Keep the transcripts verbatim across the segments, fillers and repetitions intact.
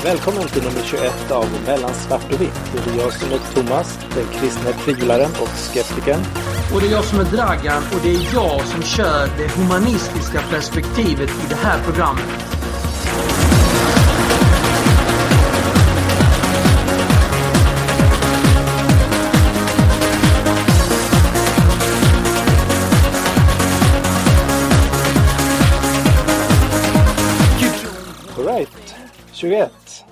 Välkommen till nummer tjugoett av Mellan svart och vitt. Det är jag som är Thomas, den kristna tvivlaren och skeptikern. Och det är jag som är Dragan och det är jag som kör det humanistiska perspektivet i det här programmet. tjugoett.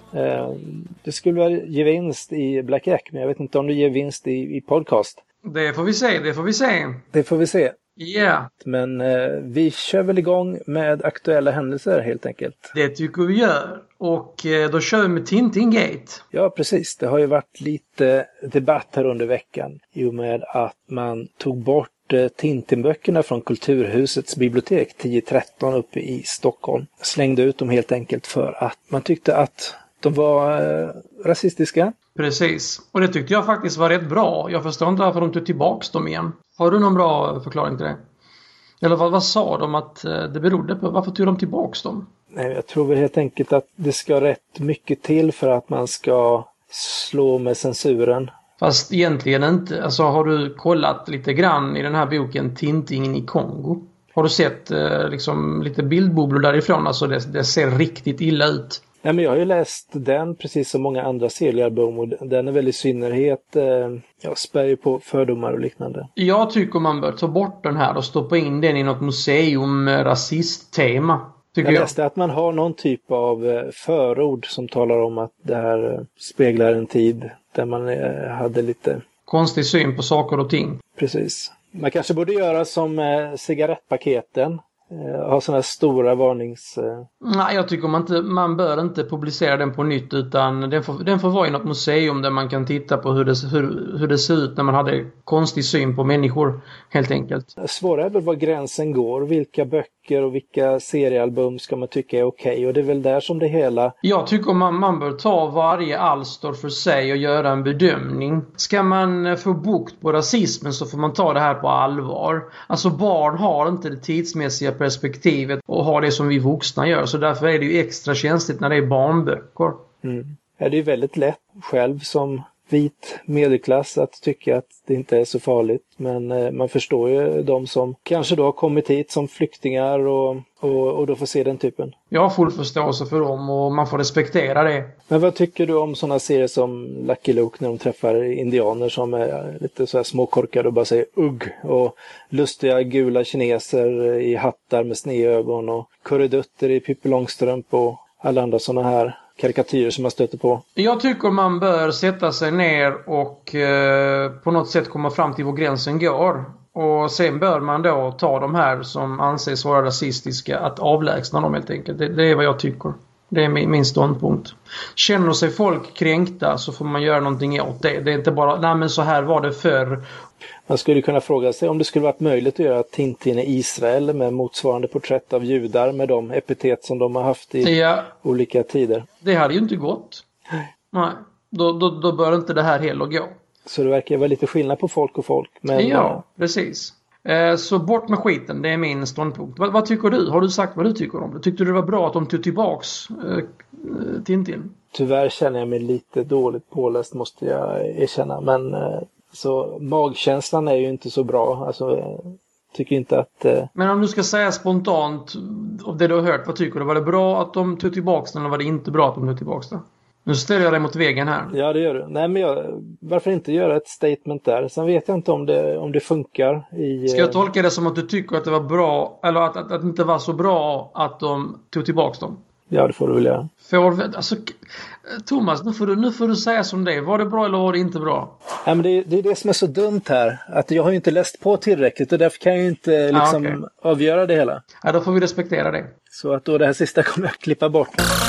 Det skulle väl ge vinst i Black Jack, men jag vet inte om det ger vinst i, i podcast. Det får vi se, det får vi se. Det får vi se. Ja. Yeah. Men eh, vi kör väl igång med aktuella händelser helt enkelt. Det tycker vi gör. Och eh, då kör vi med Tintin Gate. Ja, precis. Det har ju varit lite debatt här under veckan i och med att man tog bort Tintin-böckerna från Kulturhusets bibliotek tio tretton uppe i Stockholm. Slängde ut dem helt enkelt för att man tyckte att de var eh, rasistiska. Precis. Och det tyckte jag faktiskt var rätt bra. Jag förstår inte varför de tog tillbaka dem igen. Har du någon bra förklaring till det? Eller vad, vad sa de att det berodde på? Varför tog de tillbaka dem? Nej, jag tror väl helt enkelt att det ska rätt mycket till för att man ska slå med censuren. Fast egentligen inte. Alltså har du kollat lite grann i den här boken Tintin i Kongo? Har du sett eh, liksom lite bildbubblor därifrån? Alltså det, det ser riktigt illa ut. Nej, men jag har ju läst den precis som många andra seriealbum och den är väl i synnerhet eh, ja, spär på fördomar och liknande. Jag tycker man bör ta bort den här och stoppa in den i något museum med rasisttema. Jag läste jag. att man har någon typ av förord som talar om att det här speglar en tid där man hade lite konstig syn på saker och ting. Precis. Man kanske borde göra som cigarettpaketen. Ha sådana här stora varnings... Nej, jag tycker man inte, man bör inte publicera den på nytt utan den får, den får vara i något museum där man kan titta på hur det, hur, hur det ser ut när man hade konstig syn på människor helt enkelt. Svårare är väl var gränsen går, vilka böcker och vilka seriealbum ska man tycka är okej okay. Och det är väl där som det hela... Jag tycker man, man bör ta varje alster för sig och göra en bedömning. Ska man få bukt på rasismen så får man ta det här på allvar. Alltså barn har inte det tidsmässiga perspektivet och har det som vi vuxna gör. Så därför är det ju extra känsligt när det är barnböcker. Mm. Ja, det är ju väldigt lätt själv som vit medelklass att tycka att det inte är så farligt. Men eh, man förstår ju de som kanske då har kommit hit som flyktingar och, och, och då får se den typen. Jag har full förståelse för dem och man får respektera det. Men vad tycker du om sådana serier som Lucky Luke när de träffar indianer som är lite så här småkorkade och bara säger ugg och lustiga gula kineser i hattar med sneögon och kurredutter i Pippi Långstrump och alla andra sådana här karikatyrer som man stöter på? Jag tycker man bör sätta sig ner och eh, på något sätt komma fram till var gränsen går. Och sen bör man då ta de här som anses vara rasistiska att avlägsna dem helt enkelt. Det, det är vad jag tycker. Det är min, min ståndpunkt. Känner sig folk kränkta så får man göra någonting åt det. Det är inte bara, nej men så här var det förr. Man skulle kunna fråga sig om det skulle varit möjligt att göra Tintin i Israel med motsvarande porträtt av judar med de epitet som de har haft i ja. olika tider. Det hade ju inte gått. Nej, då, då, då bör inte det här heller gå. Så det verkar vara lite skillnad på folk och folk. Men... Ja, precis. Så bort med skiten, det är min ståndpunkt. Vad, vad tycker du? Har du sagt vad du tycker om det? Tyckte du det var bra att de tog tillbaks äh, Tintin? Tyvärr känner jag mig lite dåligt påläst måste jag erkänna. Men äh, så magkänslan är ju inte så bra. Alltså jag tycker inte att... Äh... Men om du ska säga spontant av det du har hört, vad tycker du? Var det bra att de tog tillbaks den eller var det inte bra att de tog tillbaks den? Nu ställer jag dig mot vägen här. Ja, det gör du. Nej, men jag, varför inte göra ett statement där? Sen vet jag inte om det, om det funkar i... Ska jag tolka det som att du tycker att det var bra, eller att, att, att det inte var så bra att de tog tillbaka dem? Ja, det får du väl göra. För, alltså, Thomas, nu får, du, nu får du säga som det. Var det bra eller var det inte bra? Ja, men det, det är det som är så dumt här. Att jag har ju inte läst på tillräckligt och därför kan jag ju inte liksom, ah, okay. avgöra det hela. Ja, då får vi respektera det. Så att då det här sista kommer jag klippa bort.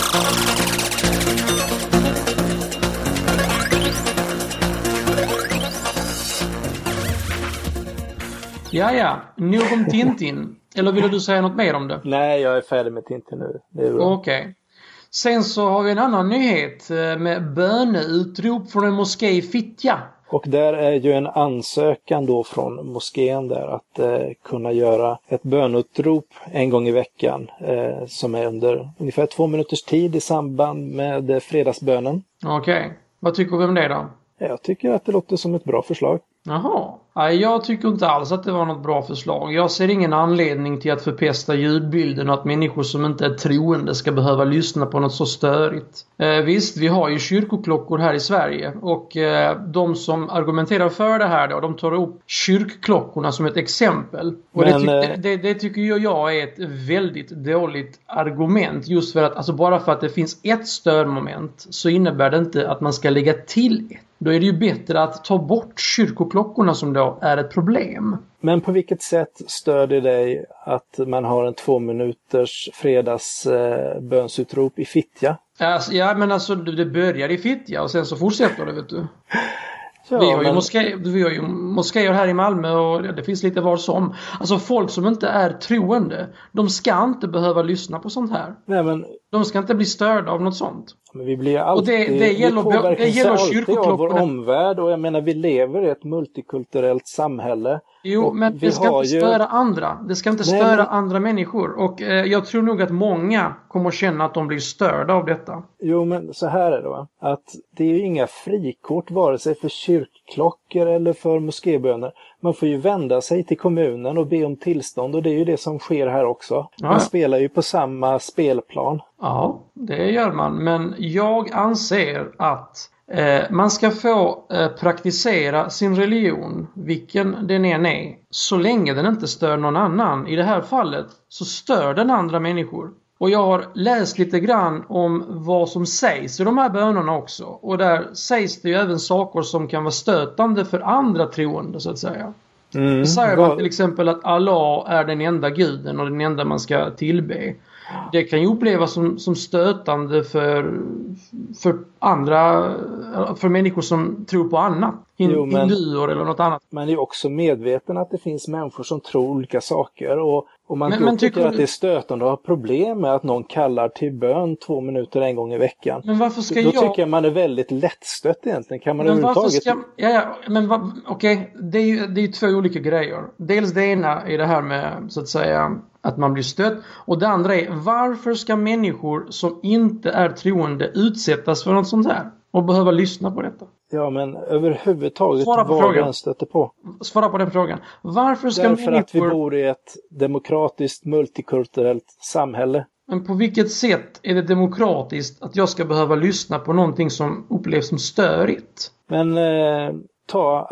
Ja, ja. Nu om Tintin. Eller vill du säga något mer om det? Nej, jag är färdig med Tintin nu. Okej. Okay. Sen så har vi en annan nyhet med böneutrop från en moské i Fittja. Och där är ju en ansökan då från moskén där att eh, kunna göra ett bönutrop en gång i veckan eh, som är under ungefär två minuters tid i samband med eh, fredagsbönen. Okej, okay. Vad tycker vi om det då? Jag tycker att det låter som ett bra förslag. Jaha. Nej, jag tycker inte alls att det var något bra förslag. Jag ser ingen anledning till att förpesta ljudbilden och att människor som inte är troende ska behöva lyssna på något så störigt. Eh, visst, vi har ju kyrkoklockor här i Sverige och eh, de som argumenterar för det här då, de tar upp kyrkklockorna som ett exempel. Och Men, det, tyck, det, det tycker jag är ett väldigt dåligt argument, just för att, alltså bara för att det finns ett störmoment så innebär det inte att man ska lägga till ett. Då är det ju bättre att ta bort kyrkoklockorna som då är ett problem. Men på vilket sätt stör det dig att man har en två minuters fredagsbönsutrop i Fittja? Alltså, ja, men alltså det börjar i Fittja och sen så fortsätter det, vet du. Ja, vi, har men... ju moské, vi har ju moskéer här i Malmö och det finns lite var som. Alltså folk som inte är troende, de ska inte behöva lyssna på sånt här. Nej, men... De ska inte bli störda av något sånt. Men vi blir alltid, och det, det gäller, vi påverkas det gäller alltid av vår omvärld, och jag menar vi lever i ett multikulturellt samhälle. Jo, men det ska inte störa ju... andra. Det ska inte Nej, störa men... andra människor. Och eh, jag tror nog att många kommer att känna att de blir störda av detta. Jo, men så här är det, va? Att det är ju inga frikort vare sig för kyrkklockor eller för moskéböner. Man får ju vända sig till kommunen och be om tillstånd, och det är ju det som sker här också. Man ja. spelar ju på samma spelplan. Ja, det gör man. Men jag anser att eh, man ska få eh, praktisera sin religion, vilken den än är, så länge den inte stör någon annan. I det här fallet så stör den andra människor. Och jag har läst lite grann om vad som sägs i de här bönerna också. Och där sägs det ju även saker som kan vara stötande för andra troende, så att säga. Mm, det säger man till exempel att Allah är den enda guden och den enda man ska tillbe. Det kan ju upplevas som, som stötande för, för andra, för människor som tror på annat. Hin, jo, men, hinduer eller något annat. Man är också medveten att det finns människor som tror olika saker. Och, och man men, men tycker tycker att du... det är stötande och har problem med att någon kallar till bön två minuter en gång i veckan. Men varför ska då, jag... Då tycker jag man är väldigt lättstött egentligen. Kan man men varför överhuvudtaget... ska... Ja, ja, men va... okej, okay. det är ju det är två olika grejer. Dels det ena är det här med, så att säga, att man blir stött. Och det andra är, varför ska människor som inte är troende utsättas för något sånt här? Och behöva lyssna på detta? Ja, men överhuvudtaget vad den stöter på. Svara på den frågan. Varför ska Därför människor... att vi bor i ett demokratiskt, multikulturellt samhälle. Men på vilket sätt är det demokratiskt att jag ska behöva lyssna på någonting som upplevs som störigt? Men... Eh... ta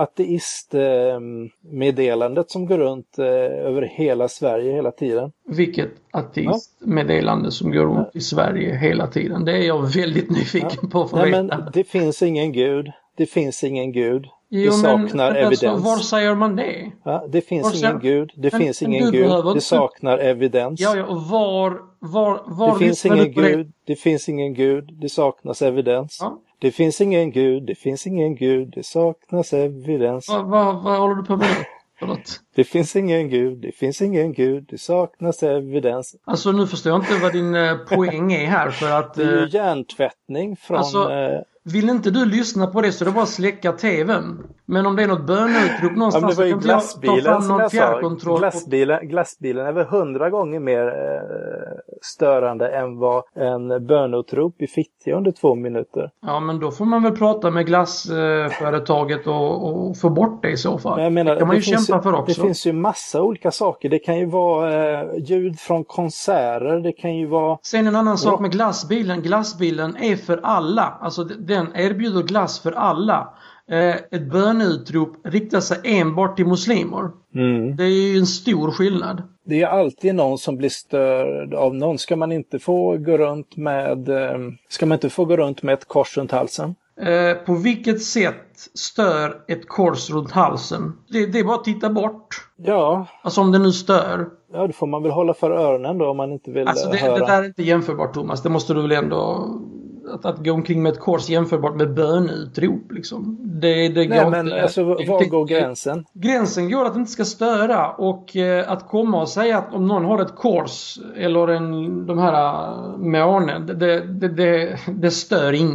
ateistmeddelandet som går runt eh, över hela Sverige hela tiden. Vilket ateistmeddelande som går runt i Sverige hela tiden? Det är jag väldigt nyfiken ja. på för att Nej, veta. Men det finns ingen gud. Det finns ingen gud. Jo, det saknar men, evidens. Alltså, var säger man det? Ja, det finns var ingen säger... gud. Det men, finns men ingen gud. gud. Det saknar evidens. Ja, ja, och var, var, var det finns ingen gud. Det? det finns ingen gud. Det saknas evidens. Ja. Det finns ingen gud. Det finns ingen gud. Det saknas evidens. Vad va, va håller du på med? Förlåt. Det finns ingen gud. Det finns ingen gud. Det saknas evidens. Alltså nu förstår jag inte vad din eh, poäng är här för att... Det är ju hjärntvättning från... Alltså, eh, vill inte du lyssna på det så det bara släcka tvn. Men om det är något böneutrop någonstans ja, det var ju så kan glassbilen, jag ta fram någon fjärrkontroll. Glassbilen, glassbilen är väl hundra gånger mer eh, störande än vad en böneutrop i Fittja under två minuter. Ja, men då får man väl prata med glassföretaget eh, och, och få bort det i så fall. Men jag menar, det kan man ju det kämpa för också. Det finns ju massa olika saker. Det kan ju vara eh, ljud från konserter. Det kan ju vara... Sen en annan sak med glassbilen. Glassbilen är för alla. Alltså den erbjuder glass för alla. Eh, ett böneutrop riktar sig enbart till muslimer. Mm. Det är ju en stor skillnad. Det är alltid någon som blir störd av någon. Ska man inte få gå runt med, eh, ska man inte få gå runt med ett kors runt halsen? Eh, på vilket sätt stör ett kors runt halsen? Det, det är bara att titta bort. Ja. Alltså om det nu stör. Ja, då får man väl hålla för öronen då om man inte vill alltså det, höra. Det där är inte jämförbart, Thomas. Det måste du väl ändå... Att, att gå omkring med ett kors jämförbart med böneutrop liksom. Det, det Nej, går men inte. alltså var går gränsen? Gränsen går att det inte ska störa. Och eh, att komma och säga att om någon har ett kors eller en, de här månen, det, det, det, det stör ingen.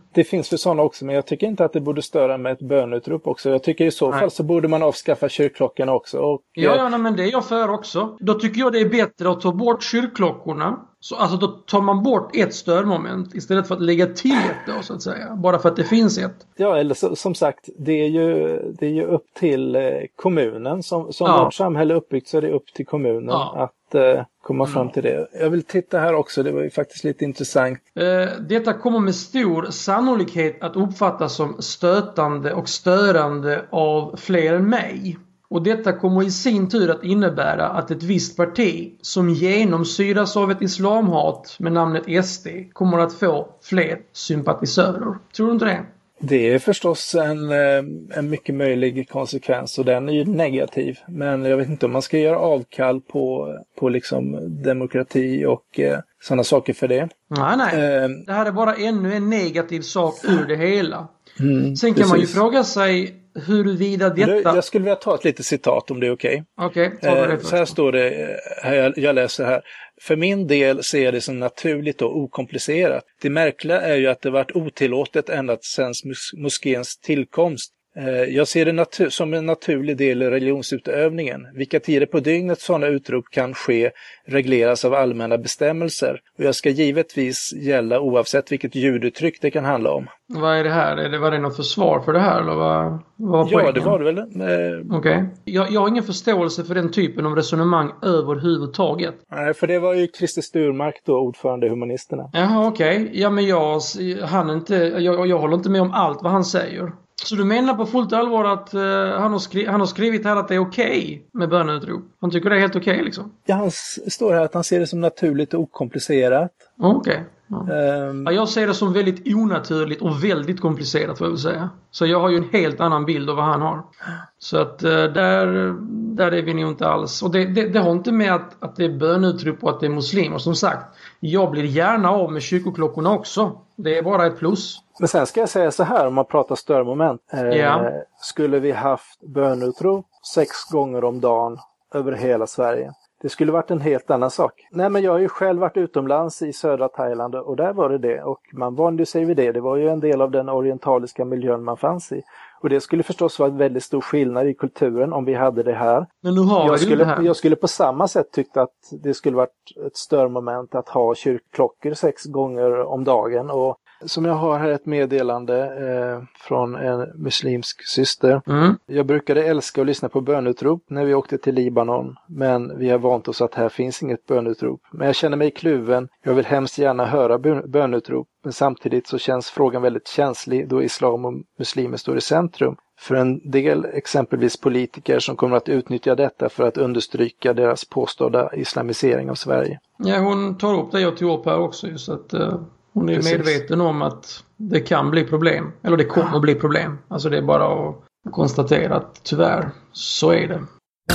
det finns för sådana också, men jag tycker inte att det borde störa med ett bönutrop också. Jag tycker i så nej. fall så borde man avskaffa kyrkklockorna också. Och, ja, ja nej, men det är jag för också. Då tycker jag det är bättre att ta bort kyrkklockorna. Så, alltså då tar man bort ett störmoment istället för att lägga till ett då, så att säga. Bara för att det finns ett. Ja, eller så, som sagt, det är ju, det är ju upp till eh, kommunen. Som, som ja. vårt samhälle är uppbyggt så är det upp till kommunen ja. att eh, komma fram till det. Jag vill titta här också, det var ju faktiskt lite intressant. Eh, detta kommer med stor sannolikhet att uppfattas som stötande och störande av fler än mig. Och detta kommer i sin tur att innebära att ett visst parti som genomsyras av ett islamhat med namnet S D kommer att få fler sympatisörer. Tror du inte det? Det är förstås en, en mycket möjlig konsekvens och den är ju negativ. Men jag vet inte om man ska göra avkall på, på liksom demokrati och eh, sådana saker för det. Nej, nej. Eh, det här är bara ännu en negativ sak ur det hela. Mm, Sen kan precis. man ju fråga sig huruvida detta... Jag skulle vilja ta ett litet citat om det är okej. Okej, okay, ta det först. Så här står det, här, jag läser här. För min del ser jag det som naturligt och okomplicerat. Det märkliga är ju att det varit otillåtet ända sedan mos- moskéns tillkomst. Jag ser det natu- som en naturlig del i religionsutövningen. Vilka tider på dygnet sådana utrop kan ske regleras av allmänna bestämmelser. Och jag ska givetvis gälla oavsett vilket ljuduttryck det kan handla om. Vad är det här? Är det, var det något försvar för det här? Eller vad, vad var ja, poängen? det var det väl. Eh... Okej. Okay. Jag, jag har ingen förståelse för den typen av resonemang överhuvudtaget. Nej, för det var ju Christer Sturmark då, ordförande i Humanisterna. Jaha, okej. Okay. Ja, men jag, han inte, jag, jag håller inte med om allt vad han säger. Så du menar på fullt allvar att uh, han, har skri- han har skrivit här att det är okej okay med böneutrop? Han tycker det är helt okej okay, liksom? Ja, han står här att han ser det som naturligt och okomplicerat. Okej. Okay. Ja. Um, ja, jag ser det som väldigt onaturligt och väldigt komplicerat, får jag väl säga. Så jag har ju en helt annan bild av vad han har. Så att uh, där, där är vi nog inte alls. Och det, det, det har inte med att, att det är böneutrop och att det är muslimer. Som sagt, jag blir gärna av med kyrkoklockorna också. Det är bara ett plus. Men sen ska jag säga så här, om man pratar störmoment. Eh, ja. Skulle vi haft böneutrop sex gånger om dagen över hela Sverige. Det skulle varit en helt annan sak. Nej, men jag har ju själv varit utomlands i södra Thailand och där var det det. Och man vande sig vid det. Det var ju en del av den orientaliska miljön man fanns i. Och det skulle förstås vara en väldigt stor skillnad i kulturen om vi hade det här. Men nu har jag, vi skulle, det här. jag skulle på samma sätt tycka att det skulle varit ett störmoment att ha kyrkklockor sex gånger om dagen. Och som jag har här ett meddelande eh, från en muslimsk syster. Mm. Jag brukade älska att lyssna på bönutrop när vi åkte till Libanon. Men vi har vant oss att här finns inget bönutrop. Men jag känner mig kluven. Jag vill hemskt gärna höra bönutrop. Men samtidigt så känns frågan väldigt känslig då islam och muslimer står i centrum. För en del exempelvis politiker som kommer att utnyttja detta för att understryka deras påstådda islamisering av Sverige. Ja, hon tar upp det jag tog upp här också. Så att uh, hon är Precis. medveten om att det kan bli problem. Eller det kommer att bli problem. Alltså det är bara att konstatera att tyvärr så är det.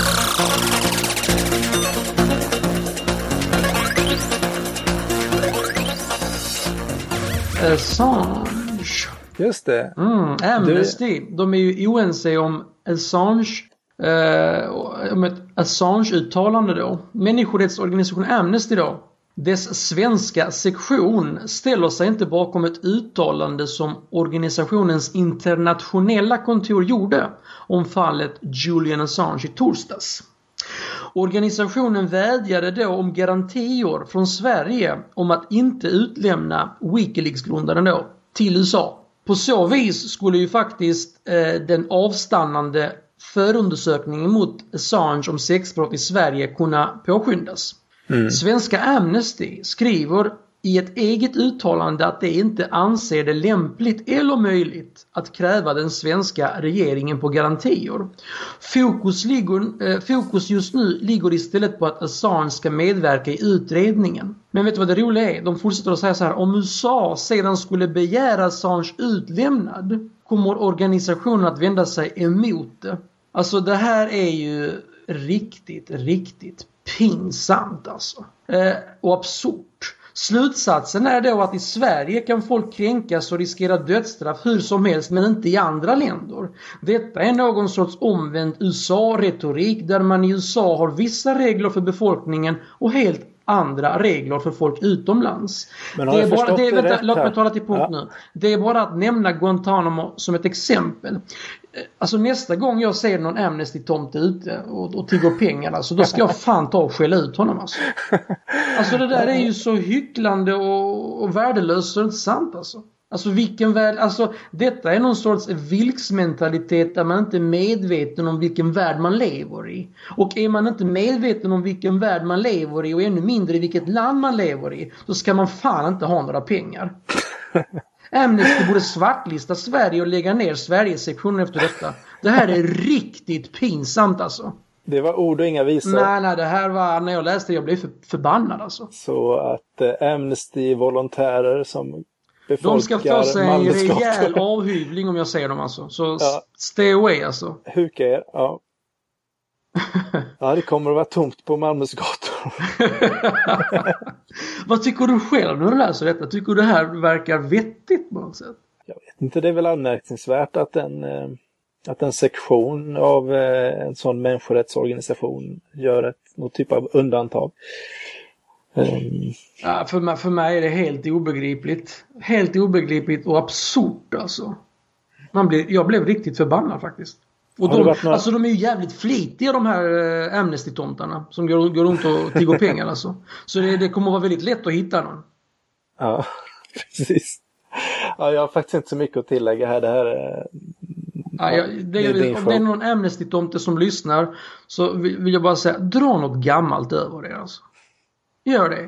Assange. Just det. Mm, Amnesty. Du... De är ju oense om Assange. Eh, om ett Assange-uttalande då. Människorättsorganisationen Amnesty då. Dess svenska sektion ställer sig inte bakom ett uttalande som organisationens internationella kontor gjorde om fallet Julian Assange i torsdags. Organisationen vädjade då om garantier från Sverige om att inte utlämna Wikileaks-grundaren då till U S A. På så vis skulle ju faktiskt eh, den avstannande förundersökningen mot Assange om sexbrott i Sverige kunna påskyndas. Mm. Svenska Amnesty skriver i ett eget uttalande att det inte anser det lämpligt eller möjligt att kräva den svenska regeringen på garantier. Fokus, ligger, eh, fokus just nu ligger istället på att Assange ska medverka i utredningen. Men vet du vad det roliga är? De fortsätter att säga så här: om U S A sedan skulle begära Assange utlämnad kommer organisationen att vända sig emot det. Alltså det här är ju riktigt, riktigt pinsamt alltså. Eh, och absurt. Slutsatsen är då att i Sverige kan folk kränkas och riskera dödsstraff hur som helst, men inte i andra länder. Detta är någon sorts omvänd U S A-retorik där man i U S A har vissa regler för befolkningen och helt andra regler för folk utomlands. Men det har är jag bara, det är, förstått det vänta, rätt låt mig här? tala till punkt Ja. nu. Det är bara att nämna Guantanamo som ett exempel. Alltså nästa gång jag ser någon Amnesty-tomte ute och, och tigger pengar, alltså, då ska jag fan ta och skälla ut honom. Alltså, alltså det där är ju så hycklande och, och värdelöst så det är inte sant alltså. Alltså vilken värld, alltså detta är någon sorts vilksmentalitet där man inte är medveten om vilken värld man lever i. Och är man inte medveten om vilken värld man lever i och ännu mindre i vilket land man lever i, så ska man fan inte ha några pengar. Amnesty borde svartlista Sverige och lägga ner Sverigesektionen efter detta. Det här är riktigt pinsamt alltså. Det var ord och inga visor. Nej, nej, det här var, när jag läste, jag blev för, förbannad alltså. Så att eh, Amnesty-volontärer som De ska få sig en Malmös rejäl gator. avhyvling om jag säger dem alltså. Så Ja. stay away alltså. Huka er, ja. Ja, det kommer att vara tomt på Malmös gator. Vad tycker du själv när du läser detta? Tycker du det här verkar vettigt på något sätt? Jag vet inte, det är väl anmärkningsvärt att en, eh, att en sektion av eh, en sån människorättsorganisation gör ett, något typ av undantag. Um, Ja, för, mig, för mig är det helt obegripligt. Helt obegripligt och absurt alltså. Man blir, jag blev riktigt förbannad faktiskt. Och Har det de, varit några- alltså de är ju jävligt flitiga de här eh, Amnesty-tomtarna som går, går runt och tigger pengar alltså. Så det, det kommer att vara väldigt lätt att hitta någon. ja, precis. Ja, jag har faktiskt inte så mycket att tillägga här. Det här är... Ja, jag, det, det är din om show. det är någon Amnesty-tomte som lyssnar så vill, vill jag bara säga, dra något gammalt över det alltså. Gör det.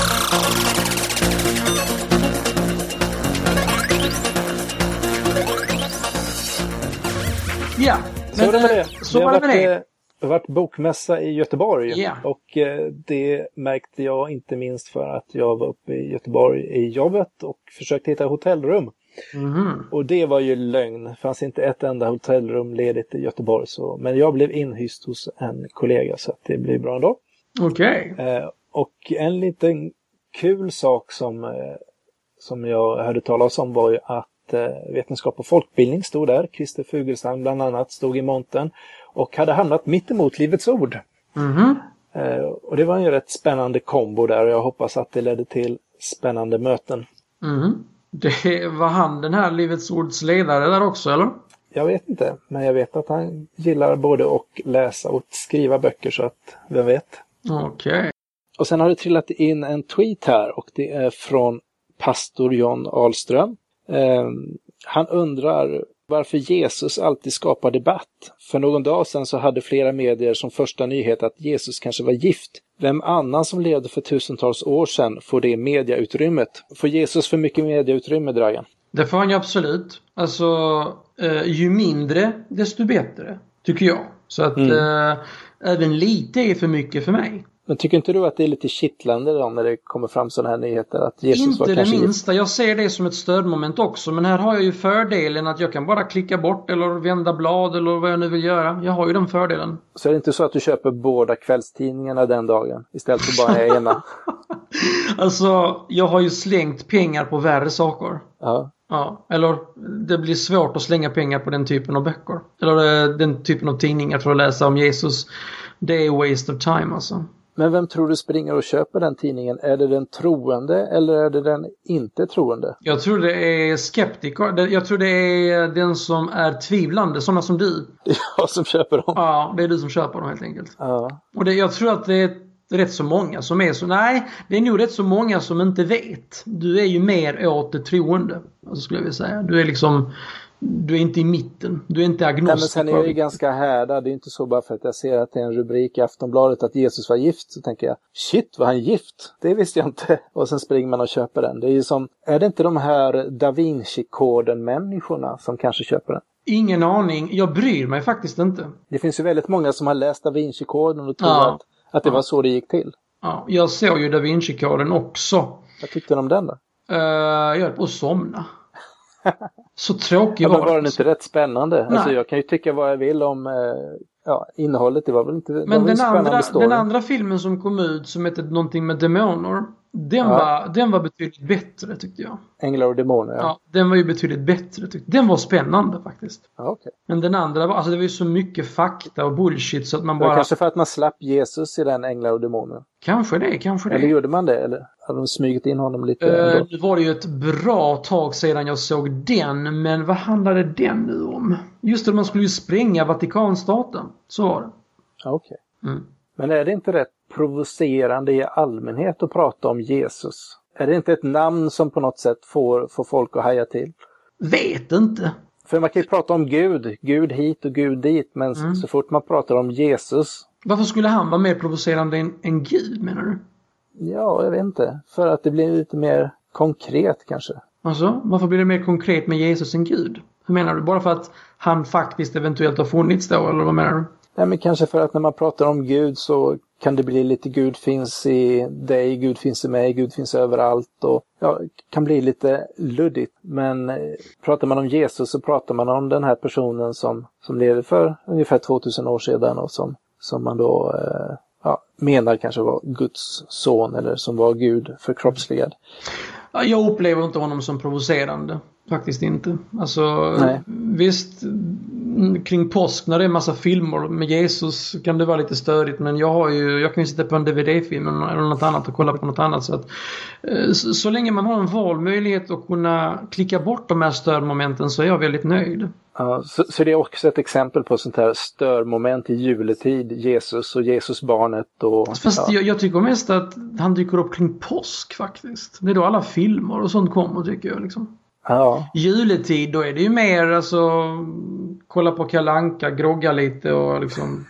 Ja, Så var det med det. Så det var har det med varit, det. eh, det har varit bokmässa i Göteborg. Ja. Och eh, det märkte jag inte minst för att jag var uppe i Göteborg i jobbet och försökte hitta hotellrum. Mhm. Och det var ju lögn. Det fanns inte ett enda hotellrum ledigt i Göteborg. Så, men jag blev inhyst hos en kollega så att det blir bra ändå. Okej. Eh, och en liten kul sak som, eh, som jag hörde talas om var ju att eh, vetenskap och folkbildning stod där. Christer Fuglesang bland annat stod i montern och hade hamnat mitt emot Livets ord. Mhm. Eh, och det var en rätt spännande kombo där och jag hoppas att det ledde till spännande möten. Mhm. Det var han den här Livets ords ledare där också, eller? Jag vet inte, men jag vet att han gillar både att läsa och skriva böcker så att vem vet. Okej. Och sen har det trillat in en tweet här och det är från pastor John Ahlström. Eh, han undrar varför Jesus alltid skapar debatt. För någon dag sedan så hade flera medier som första nyhet att Jesus kanske var gift. Vem annan som levde för tusentals år sedan får det mediautrymmet? Får Jesus för mycket mediautrymme, Dragan? Det får han ju absolut. Alltså, eh, ju mindre desto bättre, tycker jag. Så att Mm. eh, även lite är för mycket för mig. Men tycker inte du att det är lite kittlande då när det kommer fram sådana här nyheter att Jesus Inte var det kanske gift? minsta. Jag ser det som ett stödmoment också. Men här har jag ju fördelen att jag kan bara klicka bort eller vända blad eller vad jag nu vill göra. Jag har ju den fördelen. Så är det inte så att du köper båda kvällstidningarna den dagen istället för bara ena? Alltså, jag har ju slängt pengar på värre saker. Ja. Ja, eller det blir svårt att slänga pengar på den typen av böcker. Eller eh, den typen av tidningar för att läsa om Jesus. Det är waste of time alltså. Men vem tror du springer och köper den tidningen? Är det den troende eller är det den inte troende? Jag tror det är skeptiker. Det- Jag tror det är den som är tvivlande, sådana som du. Det är jag som köper dem. Ja, det är du som köper dem helt enkelt. Ja. Och det, jag tror att det är rätt så många som är så. Nej, det är nog rätt så många som inte vet. Du är ju mer åt det troende. Alltså skulle jag vilja säga. Du är liksom, du är inte i mitten. Du är inte Nej, men agnostisk. sen är jag ju ganska härdad. Det är inte så bara för att jag ser att det är en rubrik i Aftonbladet att Jesus var gift. Så tänker jag, shit, var han gift? Det visste jag inte. Och sen springer man och köper den. Det är ju som, är det inte de här Da Vinci-koden-människorna som kanske köper den? Ingen aning. Jag bryr mig faktiskt inte. Det finns ju väldigt många som har läst Da Vinci-koden och tror Ja. att, att det var så det gick till. Ja, jag såg ju Da Vinci-koden också. Vad tyckte du om den då? Uh, jag höll på att somna. Så tråkig Ja, men var var den. den inte rätt spännande? Nej. Alltså jag kan ju tycka vad jag vill om eh, ja, innehållet. Det var väl inte det var Men väl en den spännande andra, story. den andra filmen som kom ut som hette någonting med demoner. Den, Ja. var, den var betydligt bättre tyckte jag. Änglar och demoner, ja. Ja, den var ju betydligt bättre tyckte jag. Den var spännande faktiskt. Ja, okej. Men den andra var, alltså det var ju så mycket fakta och bullshit så att man Det var bara... kanske för att man slapp Jesus i den Änglar och demoner. Kanske det, kanske det. Eller gjorde man det? Eller hade de smugit in honom lite Uh, ändå? nu var det ju ett bra tag sedan jag såg den, men vad handlade den nu om? Just det, man skulle ju spränga Vatikanstaten. Så var det. Ja, okej. Mm. Men är det inte rätt provocerande i allmänhet att prata om Jesus? Är det inte ett namn som på något sätt får, får folk att haja till? Vet inte. För man kan ju prata om Gud, Gud hit och Gud dit, men Mm. så fort man pratar om Jesus, Varför skulle han vara mer provocerande än, än Gud, menar du? ja, jag vet inte. För att det blir lite mer konkret kanske. Alltså, varför blir det mer konkret med Jesus än Gud? Hur menar du? Bara för att han faktiskt eventuellt har funnits då, eller vad menar du? Nej, men kanske för att när man pratar om Gud så kan det bli lite Gud finns i dig, Gud finns i mig, Gud finns överallt och ja, kan bli lite luddigt. Men eh, pratar man om Jesus så pratar man om den här personen som, som levde för ungefär tvåtusen år sedan och som, som man då eh, ja, menar kanske var Guds son eller som var Gud förkroppsligad. Ja, jag upplever inte honom som provocerande. Faktiskt inte. Alltså, Nej. visst, kring påsk när det är en massa filmer med Jesus kan det vara lite störigt, men jag har ju, jag kan ju sitta på en D V D-film eller något annat och kolla på något annat, så att så, så länge man har en valmöjlighet att kunna klicka bort de här störmomenten så är jag väldigt nöjd. Ja, så, så det är också ett exempel på sånt här störmoment i juletid, Jesus och Jesusbarnet och... Fast ja. jag, jag tycker mest att han dyker upp kring påsk faktiskt. Det är då alla filmer och sånt kommer, tycker jag liksom. Ja. Juletid, då är det ju mer alltså kolla på Kalle Anka, grogga lite och liksom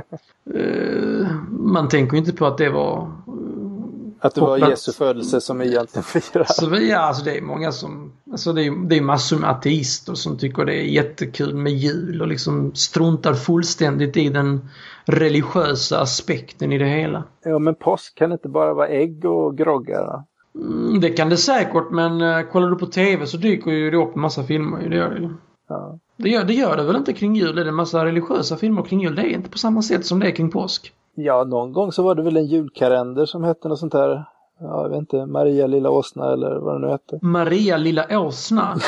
eh, man tänker ju inte på att det var eh, Att det var kopplat. Jesu födelse som vi egentligen firar. Så vi, ja, alltså det är många som, alltså det är, det är massor med ateister som tycker det är jättekul med jul och liksom struntar fullständigt i den religiösa aspekten i det hela. Ja, men påsk kan inte bara vara ägg och groggar, va? Mm, det kan det säkert, men uh, kollar du på tv så dyker ju det upp en massa filmer. Det gör det ju. Ja. Det gör, det gör det väl inte kring jul? Det är en massa religiösa filmer kring jul. Det är inte på samma sätt som det är kring påsk. Ja, någon gång så var det väl en julkalender som hette något sånt här, ja, jag vet inte, Maria lilla åsna eller vad det nu hette. Maria lilla åsna.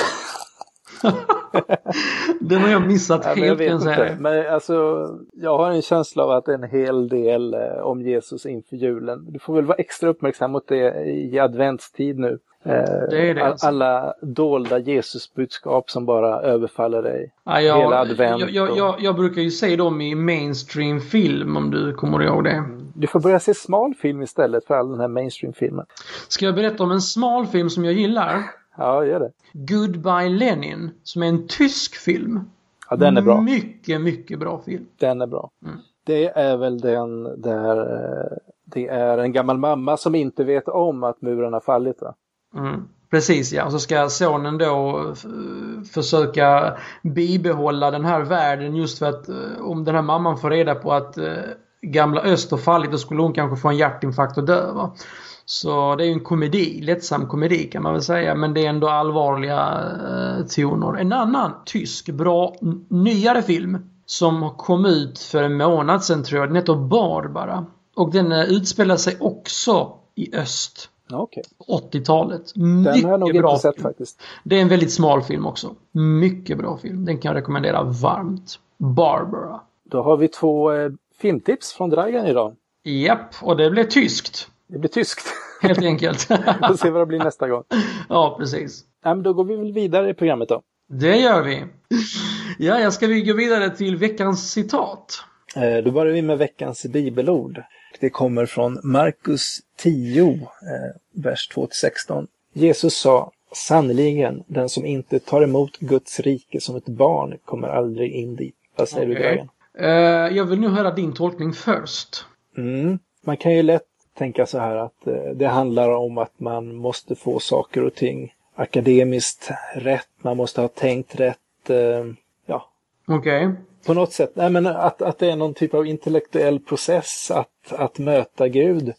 Den har jag missat Ja, men helt, jag kan vet jag säga. inte. Men alltså, jag har en känsla av att det är en hel del eh, om Jesus inför julen. Du får väl vara extra uppmärksam mot det i adventstid nu. Eh, Det är det, all, alltså. Alla dolda Jesusbudskap som bara överfaller dig. Ja, jag, hela advent jag, jag, och- jag, jag brukar ju se dem i mainstream film, om du kommer ihåg det. Du får börja se smal film istället för all den här mainstream-filmen. Ska jag berätta om en smal film som jag gillar? Ja, gör det. Goodbye Lenin, som är en tysk film. Ja, den är bra. Mycket, mycket bra film. Den är bra. Mm. Det är väl den där eh, det är en gammal mamma som inte vet om att muren har fallit, va? Mm. Precis, ja. Och så ska sonen då f- försöka bibehålla den här världen, just för att eh, om den här mamman får reda på att eh, gamla öst har fallit, då skulle hon kanske få en hjärtinfarkt och dö, va? Så det är ju en komedi, lättsam komedi kan man väl säga, men det är ändå allvarliga eh, toner. En annan tysk, bra, n- nyare film som kom ut för en månad sedan, tror jag, den heter Barbara. Och den eh, utspelar sig också i öst. Ja, okej. åttiotalet. Den Mycket har jag nog bra inte sett film. faktiskt. Det är en väldigt smal film också. Mycket bra film. Den kan jag rekommendera varmt. Barbara. Då har vi två eh, filmtips från Dragan idag. Japp, och det blev tyskt. Det blir tyskt. Helt enkelt. Vi får se vad det blir nästa gång. Ja, precis. Ja, men då går vi väl vidare i programmet då. Det gör vi. Ja, jag ska vi gå vidare till veckans citat. Eh, då börjar vi med veckans bibelord. Det kommer från Markus tio, eh, vers två till sexton. Jesus sa: "Sannoliken, den som inte tar emot Guds rike som ett barn kommer aldrig in dit." Vad säger du, Okej. Dragan? Eh, jag vill nu höra din tolkning först. Mm. Man kan ju lätt tänka så här att eh, det handlar om att man måste få saker och ting akademiskt rätt. Man måste ha tänkt rätt. Eh, ja, Okej. på något sätt. Nej, men att, att det är någon typ av intellektuell process att, att möta Gud.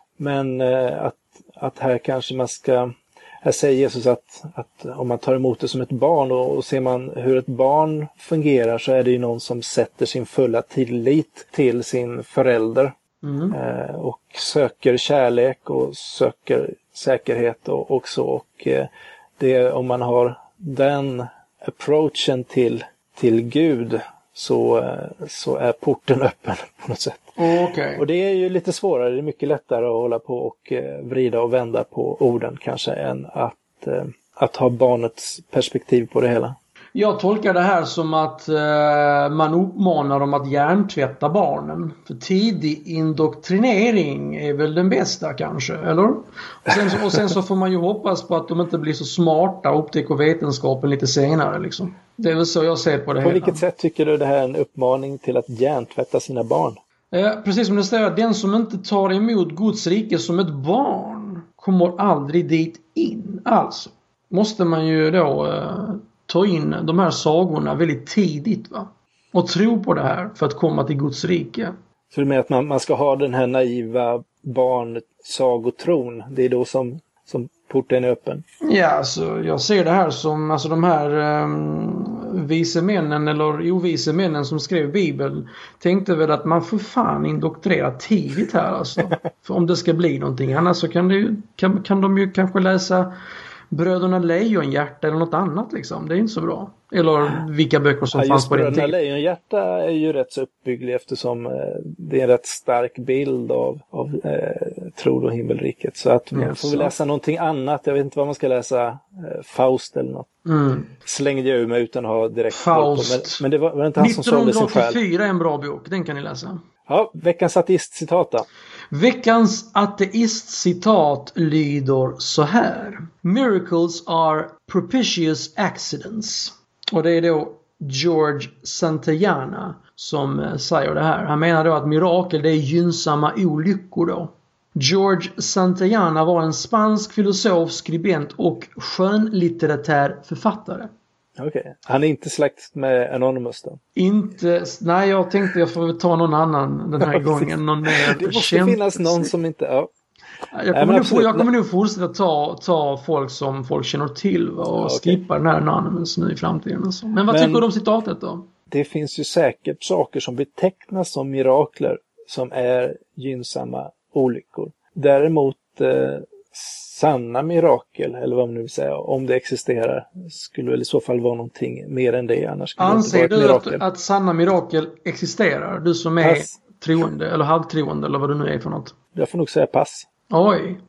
Men eh, att, att här kanske man ska... Här säger Jesus att, att om man tar emot det som ett barn och, och ser man hur ett barn fungerar, så är det ju någon som sätter sin fulla tillit till sin förälder. Mm. Eh, och söker kärlek och söker säkerhet och, och så. Och eh, det, om man har den approachen till, till Gud så, eh, så är porten öppen på något sätt. Okay. Och det är ju lite svårare, det är mycket lättare att hålla på och eh, vrida och vända på orden kanske än att, eh, att ha barnets perspektiv på det hela. Jag tolkar det här som att eh, man uppmanar dem att hjärntvätta barnen. För tidig indoktrinering är väl den bästa kanske, eller? Och sen, så, och sen så får man ju hoppas på att de inte blir så smarta och upptäcker vetenskapen lite senare liksom. Det är väl så jag ser på det På hela. vilket sätt tycker du det här är en uppmaning till att hjärntvätta sina barn? Eh, precis som det säger, den som inte tar emot Guds rike som ett barn kommer aldrig dit in. Alltså måste man ju då eh, ta in de här sagorna väldigt tidigt, va? Och tro på det här för att komma till Guds rike. Så du menar att man, man ska ha den här naiva barnsagotron? Det är då som, som porten är öppen? Ja, alltså, jag ser det här som alltså, de här um, vise männen eller ovise männen som skrev Bibeln tänkte väl att man får fan indoktrera tidigt här alltså. För om det ska bli någonting annars så kan, det ju, kan, kan de ju kanske läsa Bröderna Lejonhjärta eller något annat liksom. Det är inte så bra. Eller vilka böcker som ja, fanns på den tiden. Bröderna Lejonhjärta är ju rätt så uppbygglig eftersom eh, det är en rätt stark bild av, av eh, tro och himmelriket. Så att man yes, får väl läsa någonting annat. Jag vet inte vad man ska läsa. Eh, Faust eller något. Mm. Slängde jag ur mig utan att ha direkt Faust. Men, men det var, var inte han som sålde sin själ. nittonhundraåttiofyra är en bra bok. Den kan ni läsa. Ja, veckans ateistcitat då. Veckans ateistcitat lyder så här. Miracles are propitious accidents. Och det är då George Santayana som säger det här. Han menar då att mirakel det är gynnsamma olyckor då. George Santayana var en spansk filosof, skribent och skönlitterär författare. Okej. Okay. Han är inte släkt med Anonymous då? Inte, nej jag tänkte jag får ta någon annan den här ja, gången. Någon mer det måste känd... finnas någon som inte... Ja. Jag kommer, nej, nu, jag kommer nu fortsätta ta, ta folk som folk känner till va, och ja, okay. skippa den här Anonymous nu i framtiden. Och så. Men vad Men tycker du om citatet då? Det finns ju säkert saker som betecknas som mirakler som är gynnsamma olyckor. Däremot eh, sanna mirakel, eller vad man nu vill säga, om det existerar, skulle väl i så fall vara någonting mer än det. Annars skulle Anser det inte vara ett du mirakel. Att, att sanna mirakel existerar? Du som är pass. troende eller halvtroende eller vad du nu är för något? Jag får nog säga pass. Oj.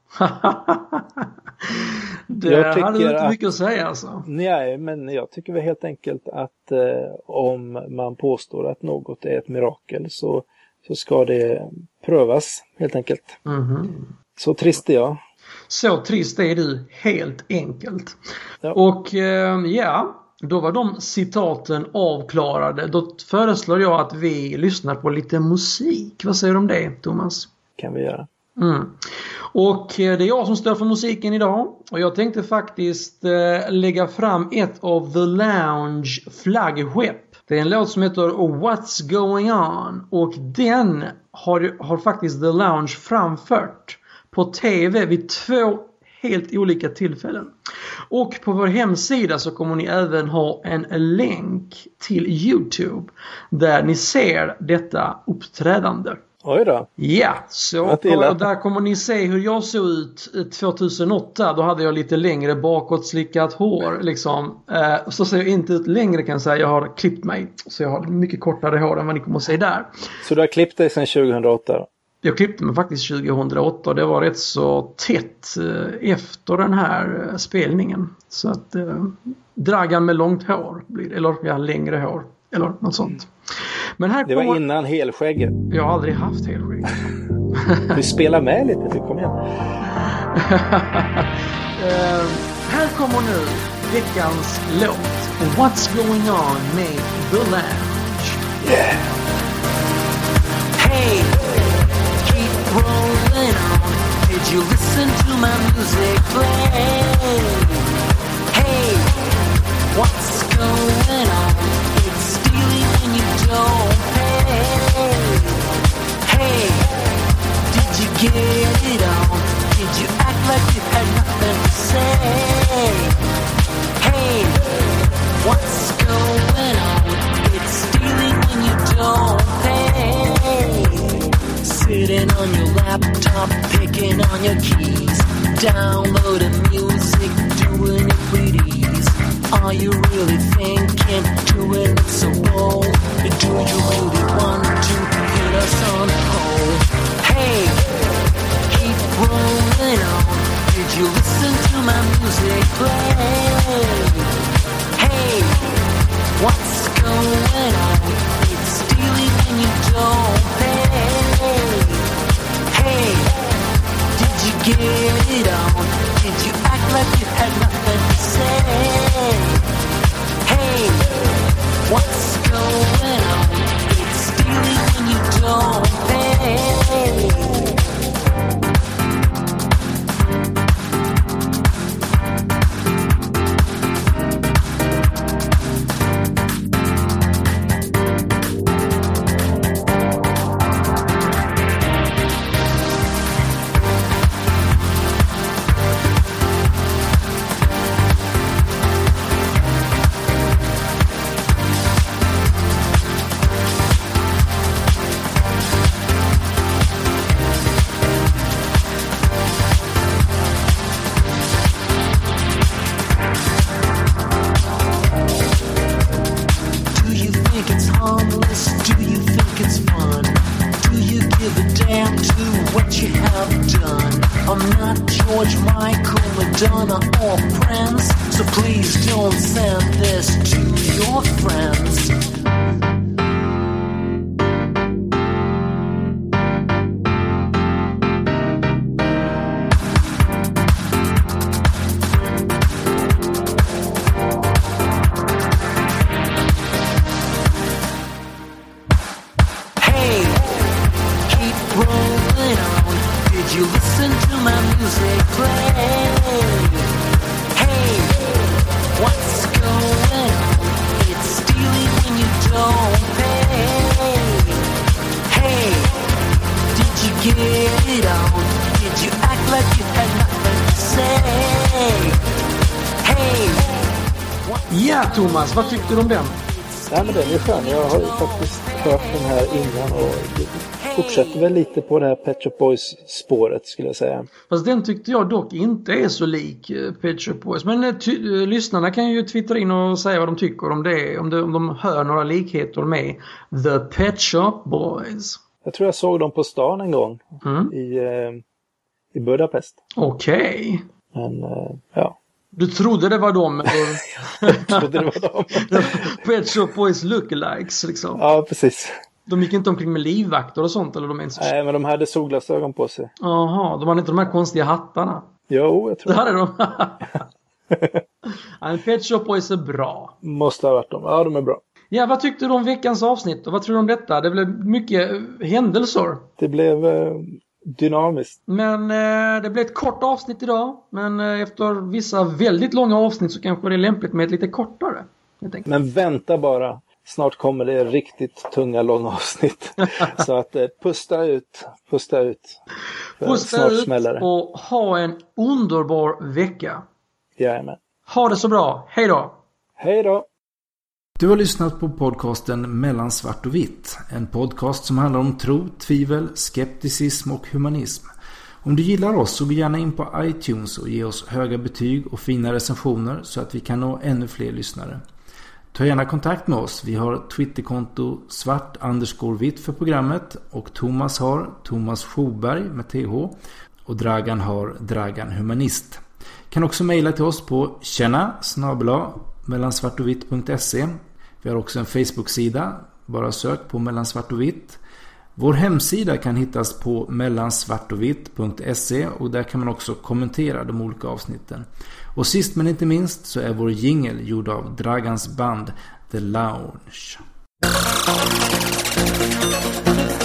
det jag hade du inte att, mycket att säga alltså. Nej, men jag tycker väl helt enkelt att eh, om man påstår att något är ett mirakel så, så ska det prövas helt enkelt. Mm-hmm. Så trist är jag. Så trist är du helt enkelt. Ja. Och eh, ja, då var de citaten avklarade. Då föreslår jag att vi lyssnar på lite musik. Vad säger du om det, Thomas? Kan vi göra. Mm. Och det är jag som står för musiken idag. Och jag tänkte faktiskt eh, lägga fram ett av The Lounge flaggskepp. Det är en låt som heter What's Going On. Och den har, har faktiskt The Lounge framfört på tv vid två helt olika tillfällen. Och på vår hemsida så kommer ni även ha en länk till YouTube där ni ser detta uppträdande. Oj då. Ja, så och där kommer ni se hur jag såg ut tjugohundraåtta. Då hade jag lite längre bakåtslickat hår liksom. Eh, så ser jag inte ut längre kan jag säga. Jag har klippt mig. Så jag har mycket kortare hår än vad ni kommer att se där. Så du har klippt dig sedan tjugohundraåtta då? Jag klippte mig faktiskt tjugohundraåtta och det var rätt så tätt eh, efter den här eh, spelningen. Så att eh, Dragan med långt hår blir, eller ja, längre hår eller något sånt. Men här det var kommer... innan helskägget. Jag har aldrig haft helskägg. Du spelar med lite, du kom igen. uh, här kommer nu veckans låt What's Going On med The Lounge. Yeah. Hey, keep rolling on. Did you listen to my music play? Hey, what's going on? It's stealing when you don't pay. Hey, did you get it on? Did you act like you had nothing to say? Hey, what's going on? It's stealing when you don't pay. Sitting Are you really thinking, doing it so bold? Do you really want to put us on hold? Hey, keep rolling on. Did you listen to my music play? Hey, what's going on? It's stealing when you don't pay. Hey, did you get it on? Did you act like you had nothing to say? Hey, what's going on? It's stealing when you don't pay. Thomas, vad tyckte du om den? Nej, men den är skön. Jag har ju faktiskt hört den här innan och fortsätter väl lite på det här Pet Shop Boys-spåret skulle jag säga. Fast den tyckte jag dock inte är så lik Pet Shop Boys. Men ty- lyssnarna kan ju twittra in och säga vad de tycker om det. Om, det, om de hör några likheter med The Pet Shop Boys. Jag tror jag såg dem på stan en gång mm. i, eh, i Budapest. Okej. Okay. Men, eh, ja. Du trodde det var dem? Jag trodde det var dem. Pet Shop Boys lookalikes liksom. Ja, precis. De gick inte omkring med livvakter och sånt? Eller de ens... Nej, men de hade solglasögon på sig. Jaha, de hade inte de här konstiga hattarna? Jo, jag tror det. hade de. Ja, Pet Shop Boys är bra. Måste ha varit dem. Ja, de är bra. Ja, vad tyckte du om veckans avsnitt? Och vad tror du om detta? Det blev mycket händelser. Det blev... Eh... dynamiskt. Men eh, det blev ett kort avsnitt idag. Men eh, efter vissa väldigt långa avsnitt så kanske det är lämpligt med ett lite kortare. Men vänta bara. Snart kommer det riktigt tunga långa avsnitt. Så att eh, pusta ut. Pusta ut. Pusta ut och ha en underbar vecka. Jajamän. Ha det så bra. Hej då. Hej då. Du har lyssnat på podcasten Mellan svart och vitt. En podcast som handlar om tro, tvivel, skepticism och humanism. Om du gillar oss så gå gärna in på iTunes och ge oss höga betyg och fina recensioner så att vi kan nå ännu fler lyssnare. Ta gärna kontakt med oss. Vi har Twitterkonto svart underscore vitt för programmet och Thomas har Thomas Sjoberg med T H och Dragan har Dragan Humanist. Kan också mejla till oss på tjena snabel-a mellansvartovitt punkt se. Vi har också en Facebook-sida. Bara sök på Mellan svart och vitt. Vår hemsida kan hittas på mellansvartovitt punkt se och där kan man också kommentera de olika avsnitten. Och sist men inte minst så är vår jingle gjord av Dragans band The Lounge.